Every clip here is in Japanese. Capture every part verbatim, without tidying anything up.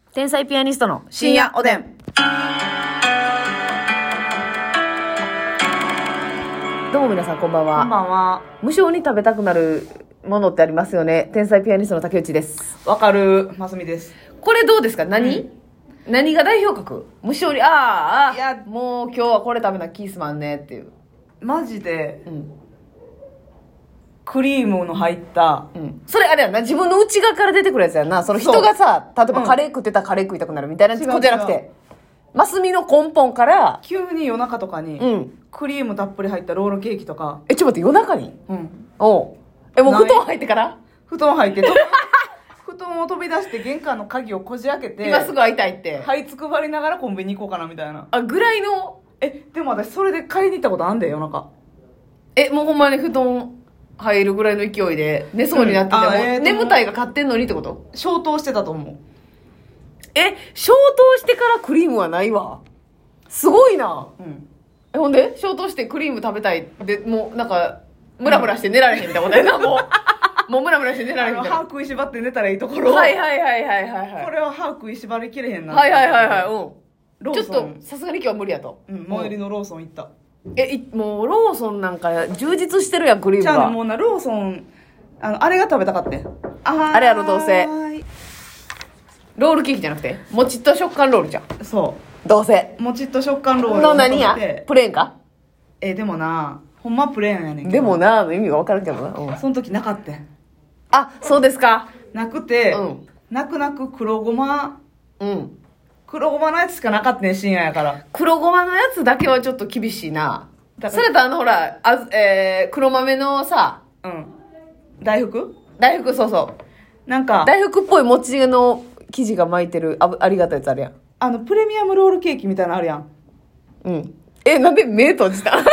天才ピアニストの深夜おでん。どうも皆さんこんばんは。 こんばんは。 無性に食べたくなるものってありますよね。天才ピアニストの竹内です。 わかる、ますみです。 これどうですか？何、うん、何が代表格？無性に、あーあー、 いやもう今日はこれ食べなキースマンねっていう。 マジで、 うん、 クリームの入った、 うん、それあれやな、自分の内側から出てくるやつやな。その人がさ、例えばカレー食ってたらカレー食いたくなるみたいなことじゃなくて、マスミの根本から急に夜中とかに、 うん、 クリームたっぷり入ったロールケーキとか。 え、ちょっと待って、夜中に？ うん。 おう。え、もう布団入ってから？ 布団入って布団を飛び出して玄関の鍵をこじ開けて、 今すぐ会いたいって。 這いつくばりながらコンビニ行こうかなみたいな。 あ、ぐらいの。 え、でも私それで買いに行ったことあんで、夜中。 え、もうほんまに布団入るぐらいの勢いで寝そうになってても、うん、えー、眠たいが買ってんのにってこと？ 消灯してたと思う。 え、消灯してからクリームはないわ。すごいな。 うん。 え、ほんで消灯してクリーム食べたいで、もうなんかムラムラして寝られへんみたいなことやな、もうもうムラムラして寝られへんみたいな。 歯食いしばって寝たらいいところ。 はいはいはいはいはいはい。 これは歯食いしばりきれへんな。 はいはいはいはい。うん。 ローソン、 ちょっとさすがに今日は無理やと。 うん、最寄りのローソン行った。 え、いもうローソンなんか充実してるやん、クリームが。 じゃあね、もうな、ローソン、あの、あれが食べたかってん。ああれやろ、どうせ。ロールケーキじゃなくて、もちっと食感ロールじゃん。 そう。 どうせ。 もちっと食感ロールの何やプレーンか？ え、でもな、ほんまプレーンやねんけど。 でもな、の意味が分かるけどな。うん、 その時なかったん。 あ、そうですか。 なくて、 うん、 なくなく黒ごま、 うん。 黒ごまのやつしかなかったね、深夜やから。 黒ごまのやつだけはちょっと厳しいな。それとあのほら、あえー、黒豆のさ、 うん。大福？ 大福、そうそう。 なんか、 大福っぽい餅の生地が巻いてるあ、ありがたいやつあるやん。 あの、プレミアムロールケーキみたいなのあるやん。 うん。え、なんで目閉じた思い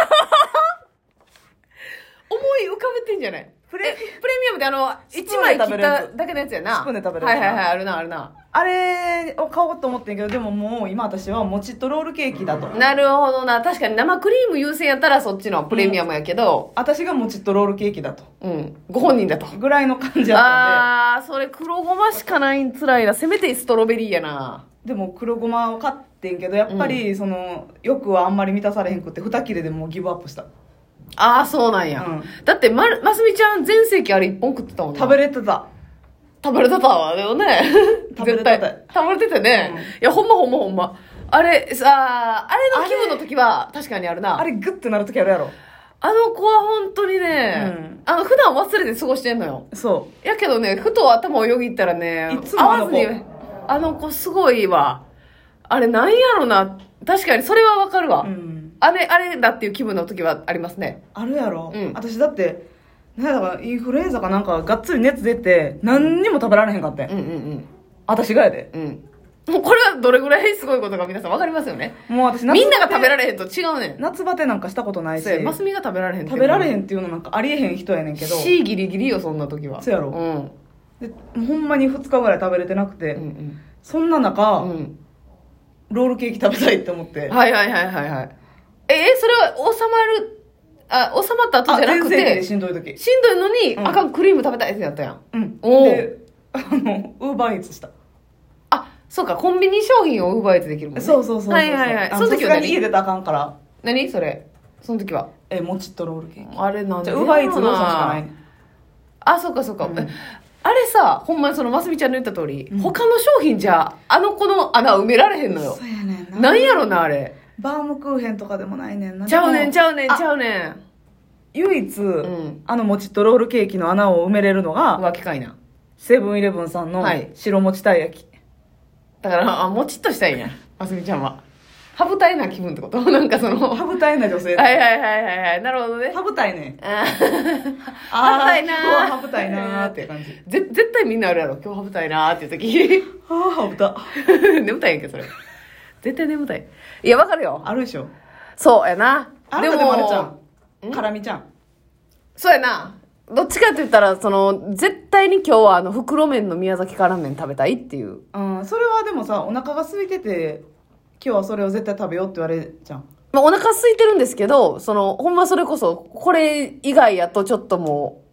浮かべてんじゃないプレ、プレミアムってあの、一枚切っただけのやつやな。 スプーンで食べるやつ。 はいはいはい、あるなあるな。 あれを買おうと思ってんけど、でももう今私はもちっとロールケーキだと。 なるほどな。確かに生クリーム優先やったらそっちのプレミアムやけど。 うん、私がもちっとロールケーキだと。 うん。ご本人だと。 ぐらいの感じやったんで。 あー、それ黒ごましかないんつらいな。せめてストロベリーやな。 でも黒ごまを買ってんけど、やっぱりその、欲はあんまり満たされへんくって二切れでもうギブアップした。 ああ、そうなんや。うん、だってま、ますみちゃん全盛期あれ一本食ってたもんな。 食べれてた。 食べれてたわ。でもね。 食べれてた。 食べれててね、うん。いや、ほんまほんまほんま。あれ、さあ、あれの気分の時は確かにあるな。 あれグッてなる時あるやろ。 あの子は本当にね、うん、あの、普段忘れて過ごしてんのよ。 そう。 やけどね、ふと頭をよぎったらね、 いつもあの子。 あの子すごいわ。あれなんやろな。確かにそれはわかるわ。うんあれ、あれだっていう気分の時はありますね。 あるやろ、 うん、 私だって、なんだかインフルエンザかなんかがっつり熱出て、何にも食べられへんかったん。 うんうんうん。 私がやで。 うん。もうこれはどれぐらいすごいことか皆さんわかりますよね。 もう私夏バテ、 みんなが食べられへんと違うねん。 夏バテなんかしたことないし。 マスミが食べられへんって食べられへんっていうのなんかありえへん人やねんけど。 しギリギリよ、そんな時は。 そうやろ。うん。で、ほんまにふつかぐらい食べれてなくて。うんうん、そんな中、うん、ロールケーキ食べたいって思って。 はいはいはいはいはい。えー、それは収まる、あ、収まった後じゃなくて、 でしんどい時。 しんどいのに、うん、あかん、クリーム食べたいってやったやん。 うん。おで、あの、ウーバーイーツした。 あ、そうか、コンビニ商品をウーバーイーツできるもんね。 そうそうそうそう。 はいはいはい。 その時は何家出たらあかんから。 何それその時は。 え、もちっとロールケーキ。 あれなんでウーバーイーツローソンしかない。 あ、そうかそうか。うん、あれさ、ほんまにそのますみちゃんの言った通り、うん、他の商品じゃ、あの子の穴埋められへんのよ。 そうやねんな。 なんやろな、あれ。 バームクーヘンとかでもないねんな。 ちゃうねんちゃうねんちゃうねん。 唯一、うん、あのもちっとロールケーキの穴を埋めれるのが、 浮気かいな。 セブンイレブンさんの白餅たい焼き。 だから、あ、もちっとしたいんや。ますみちゃんは。ハブタイな気分ってことなんかその。 ハブタイな女性。 はいはいはいはいはい。なるほどね。 ハブタイね。 あハブタイなー。 今日はハブタイなーって感じ。 ぜ、絶対みんなあるやろ。今日ハブタイなーっていう時。 はぁ、ハブタ。 眠たいやんけ、それ。絶対眠たい。いや、わかるよ。 あるでしょ。 そうやな。 でも、でもあれちゃん。辛みちゃん。 そうやな。どっちかって言ったら、その、絶対に今日はあの、袋麺の宮崎辛麺食べたいっていう。 うん、それはでもさ、お腹が空いてて、今日はそれを絶対食べようって言われるじゃん。 まあ、お腹空いてるんですけど、その、ほんまそれこそ、これ以外やとちょっとも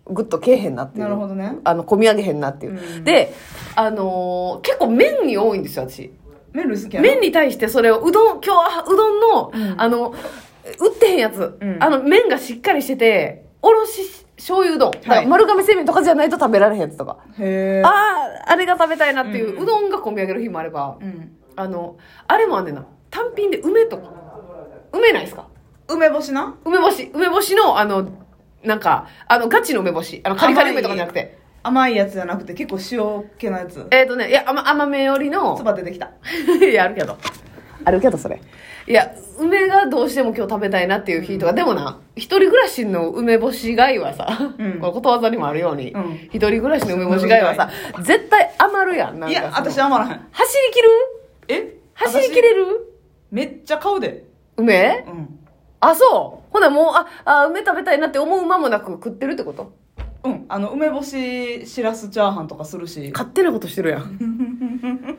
グッとけえへんなっていう。 なるほどね。 あの、込み上げへんなっていう。うん、で、あのー、結構麺に多いんですよ、私。 麺類好きやな。 麺に対してそれを、うどん、今日はうどんの、うん、あの、売ってへんやつ、うん、あの、麺がしっかりしてて、おろし醤油うどん、はい、丸亀製麺とかじゃないと食べられへんやつとか。 へー。 ああ、あれが食べたいなっていう、うん、うどんが込み上げる日もあれば、うん、あの、あれもあんねんな。単品で梅とか。梅ないですか？ 梅干しな？ 梅干し。梅干しの、あの、なんか、あの、ガチの梅干し。あの、カリカリ梅とかじゃなくて。 甘いやつじゃなくて、結構塩気のやつ。 えっ、ー、とね、いや、甘、甘めよりの。 つば出てきた。 いや、あるけど。あるけど、それ。いや、梅がどうしても今日食べたいなっていう日とか、うん、でもな、一人暮らしの梅干し貝はさ、うん、これことわざにもあるように、うん、一人暮らしの梅干し貝はさ、絶対余るやん。なんかいや、私余らへん。 走り切る？ え？ 走り切れる？ めっちゃ買うで。 梅？うん。あ、そう。ほなもう、あ、あ、梅食べたいなって思う間もなく食ってるってこと？ うん。あの、梅干ししらすチャーハンとかするし。 勝手なことしてるやん。何それ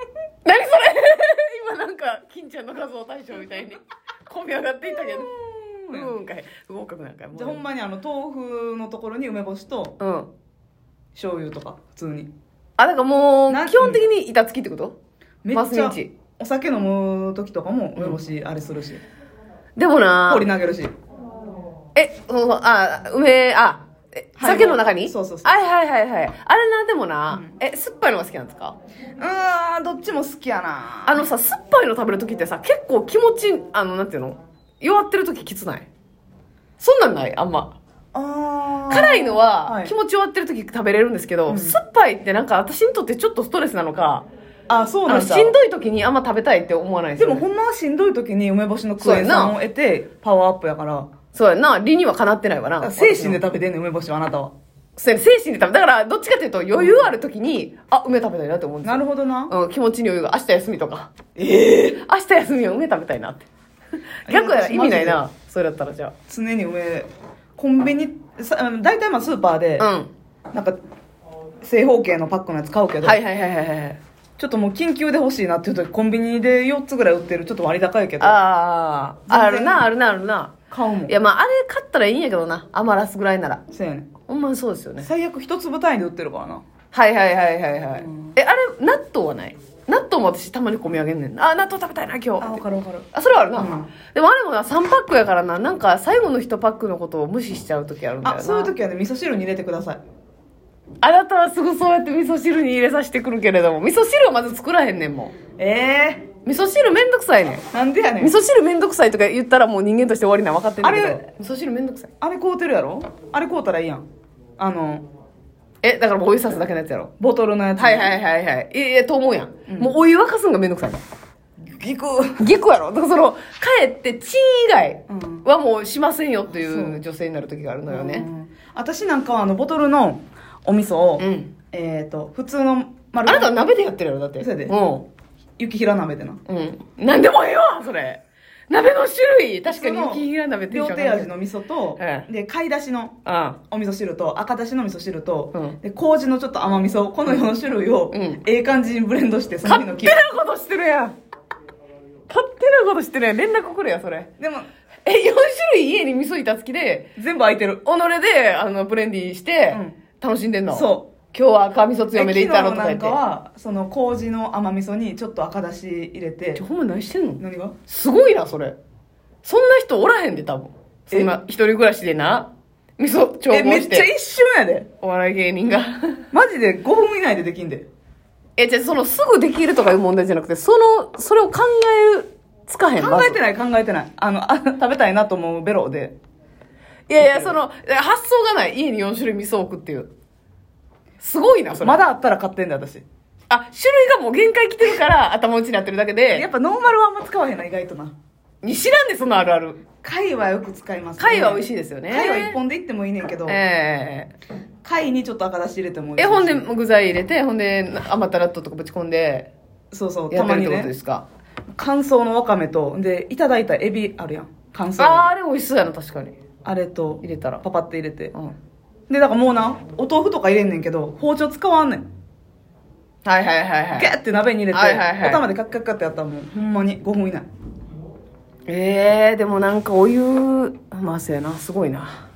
今なんか、金ちゃんの画像大賞みたいに込み上がっていったけど。うんかい。合格なんかい。 じゃあほんまにあの、豆腐のところに梅干しと、うん。醤油とか、普通に。 あ、だからもう、基本的に板付きってこと？ めっちゃ、お酒飲む時とかも梅干しあれするし。うんでもな掘り投げるし。 え、そうそう、あ、梅、あ、え、酒の中に？ そうそうそう。 はいはいはいはい。あれな、でもな、うん、え、酸っぱいのが好きなんですか？ うーん、どっちも好きやな。 あのさ、酸っぱいの食べるときってさ、結構気持ち、あの、なんていうの？弱ってるとききつない？そんなんない？あんま。あ辛いのは、気持ち弱ってるとき食べれるんですけど、はい、酸っぱいってなんか私にとってちょっとストレスなのか、 あ、そうなんだ。 しんどい時にあんま食べたいって思わないですよ、 ね、でもほんまはしんどい時に梅干しのクエン酸を得てパワーアップやから。 そうやな。理にはかなってないわな。 精神で食べてんねん、梅干しはあなたは。 そうやね、精神で食べ、だからどっちかというと余裕ある時に、うん、あ、梅食べたいなって思うんですよ。 なるほどな。 うん、気持ちに余裕が。明日休みとか。 ええー。 明日休みは梅食べたいなって。逆や、意味ないな。それだったらじゃあ。 常に梅、コンビニ、大体まあスーパーで、うん、なんか、正方形のパックのやつ買うけど。 はいはいはいはい。 ちょっともう緊急で欲しいなっていう時コンビニでよっつぐらい売ってるちょっと割高いけどあああるなあるなあるな買うもん。 いやまああれ買ったらいいんやけどな、余らすぐらいなら。 そうやね。 ほんまにそうですよね。 最悪一粒単位で売ってるからな。 はいはいはいはいはい、うん、えあれ納豆はない？納豆も私たまに込み上げんねんな。あ納豆食べたいな今日。 あ分かる分かる。 あそれはあるな、うん、でもあれもなさんパックやからな、なんか最後のいちパックのことを無視しちゃう時あるんだよな。 あそういう時はね味噌汁に入れてください。 あなたはすぐそうやって味噌汁に入れさせてくるけれども、味噌汁をまず作らへんねんもん。 ええー、 味噌汁めんどくさいねん。 なんでやねん。 味噌汁めんどくさいとか言ったらもう人間として終わりな分かってるんだけど、あれ味噌汁めんどくさい。 あれ買うてるやろ。あれ買うたらいいやん。あのえだからもうお湯さすだけのやつやろ。 ボトルのやつ。 はいはいはいはい。ええと思うやん、うん、もうお湯沸かすんがめんどくさい。 ギクギクやろ。だからその帰ってチン以外はもうしませんよっていう女性になる時があるのよね、うん、 私なんかはあのボトルのお味噌を、うん、えっ、ー、と普通の丸あなたは鍋でやってるやろだって。 それでうん雪平鍋でな。 うんなんでもええわそれ。鍋の種類確かに雪平鍋って両手味の味噌と、ええ、で貝だしのお味噌汁と赤だしの味噌汁と、うん、で麹のちょっと甘味噌このよん種類を、うん、ええ感じにブレンドしてその日の勝手なことしてるやん勝手なことしてるやん。連絡くれやそれ。 でもえよん種類家に味噌板付きで全部空いてる。 己であのブレンディして、うん、楽しんでんの。 そう今日は赤味噌強めでいったのとか言って。 昨日なんかはその麹の甘味噌にちょっと赤だし入れて。 ちょほんま何してんの。 何がすごいなそれ。そんな人おらへんで多分。そんな一人暮らしでな味噌調合して。 えめっちゃ一瞬やでお笑い芸人がマジでごふん以内でできんで。 えじゃあそのすぐできるとかいう問題じゃなくて、そのそれを考えるつかへん。 考えてない考えてない。あのあ食べたいなと思うベロで。 いやいやその発想がない。家によん種類味噌置くっていうすごいなそれ。 まだあったら買ってんだ私。 あ種類がもう限界来てるから頭打ちになってるだけで。 やっぱノーマルはあんま使わへんな意外とな。 に知らんでそのあるある。 貝はよく使いますね。 貝は美味しいですよね。 貝は一本でいってもいいねんけど、えー、貝にちょっと赤だし入れてもいい。 えほんで具材入れてほんで余った納豆とかぶち込んでそうそうやってるってことですか。 乾燥のわかめとでいただいたエビあるやん乾燥エビ。 あああれ美味しそうやな確かに。 あれと入れたらパパって入れて、うん、でだからもうなお豆腐とか入れんねんけど包丁使わんねん。 はいはいはいはい。 ガッて鍋に入れて、 はいはいはい、 お玉でカッカッカってやったらもうほんまにごふん以内。 えー、でもなんかお湯まあそうやなすごいな。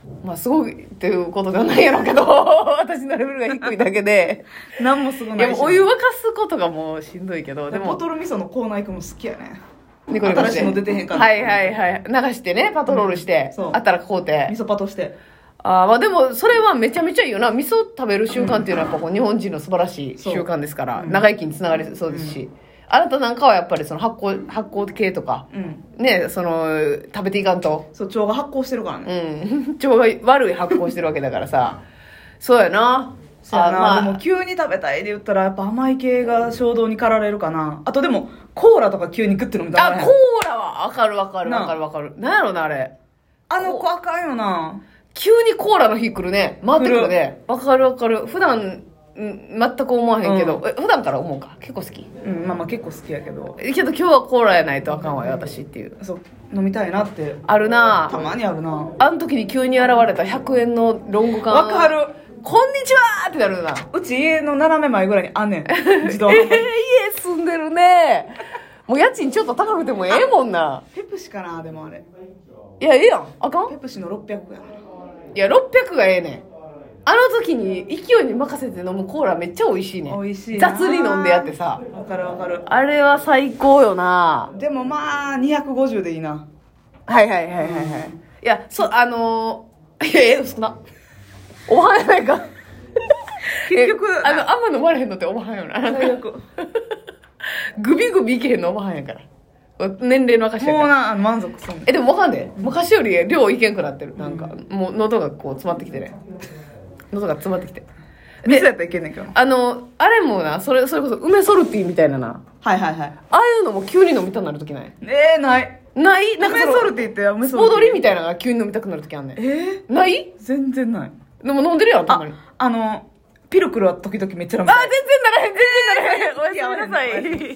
まあすごいっていうことではないやろうけど私のレベルが低いだけで何もすごないし。 いやお湯沸かすことがもうしんどいけど、でもボトル味噌のコーナー行くの好きやね。 ニコニコして新しいの出てへんから。 はいはいはい。流してね、パトロールして、 うん、 あったら買うて。 味噌パトして。 ああ、まあでも、それはめちゃめちゃいいよな。味噌食べる習慣っていうのはやっぱこう日本人の素晴らしい習慣ですから、長生きにつながりそうですし。うん、あなたなんかはやっぱりその発酵、発酵系とか、うん、ね、その、食べていかんと。 そう、腸が発酵してるからね。 うん。腸が悪い発酵してるわけだからさ。そうやな。 あ、まあ、でも急に食べたいで言ったらやっぱ甘い系が衝動に駆られるかな。あとでもコーラとか急にグッて飲みたいな。 あ、コーラはわかるわかるわかるわかる。なんやろなあれ。 あの子あかんよな。 急にコーラの日来るね。回ってくるね。わかるわかる。普段全く思わへんけど、うん、え普段から思うか。結構好き。 うん、まあまあ結構好きやけど。 けど今日はコーラやないとあかんわよ私っていう。 そう、飲みたいなってあるな。 たまにあるな。 あの時に急に現れたひゃくえんのロング缶。 わかる。 こんにちはーってなるな。 うち家の斜め前ぐらいにあんねん。自動販売。 えー、家住んでるね。もう家賃ちょっと高くてもええもんな。 ペプシかなでもあれ。 いや、ええやん。あかんペプシのろっぴゃくやな。 いや、ろっぴゃくがええねん。あの時に勢いに任せて飲むコーラめっちゃ美味しいねん。 美味しいな。 雑に飲んでやってさ。 わかるわかる。 あれは最高よな。 でもまあ、にひゃくごじゅうでいいな。 はいはいはいはいはい。いや、そう、あのー、いや、ええ、少な。おばはんやないか。 結局あのあんま飲まれへんのっておばはんよな。 最悪グビグビいけへんのおばはんやから。年齢の証やから。 もうな、満足すんえでもわかんねえ、昔より量いけんくなってる。なんか、うん、もう喉がこう詰まってきてね。喉が詰まってきて。 水やったらいけんねんけど。 あのあれもな、それそれこそ梅ソルティみたいなな。 はいはいはい。 ああいうのも急に飲みたくなるときない？ えー、ないないなんか梅ソルティって梅ソルティスポドリみたいなのが急に飲みたくなるときあんねん。 えー、ない全然ない。 でも飲んでるやろたまに。 あ、あのピルクルは時々めっちゃ飲みたい。 あ、全然ならへん全然ならへん。おやすみなさい。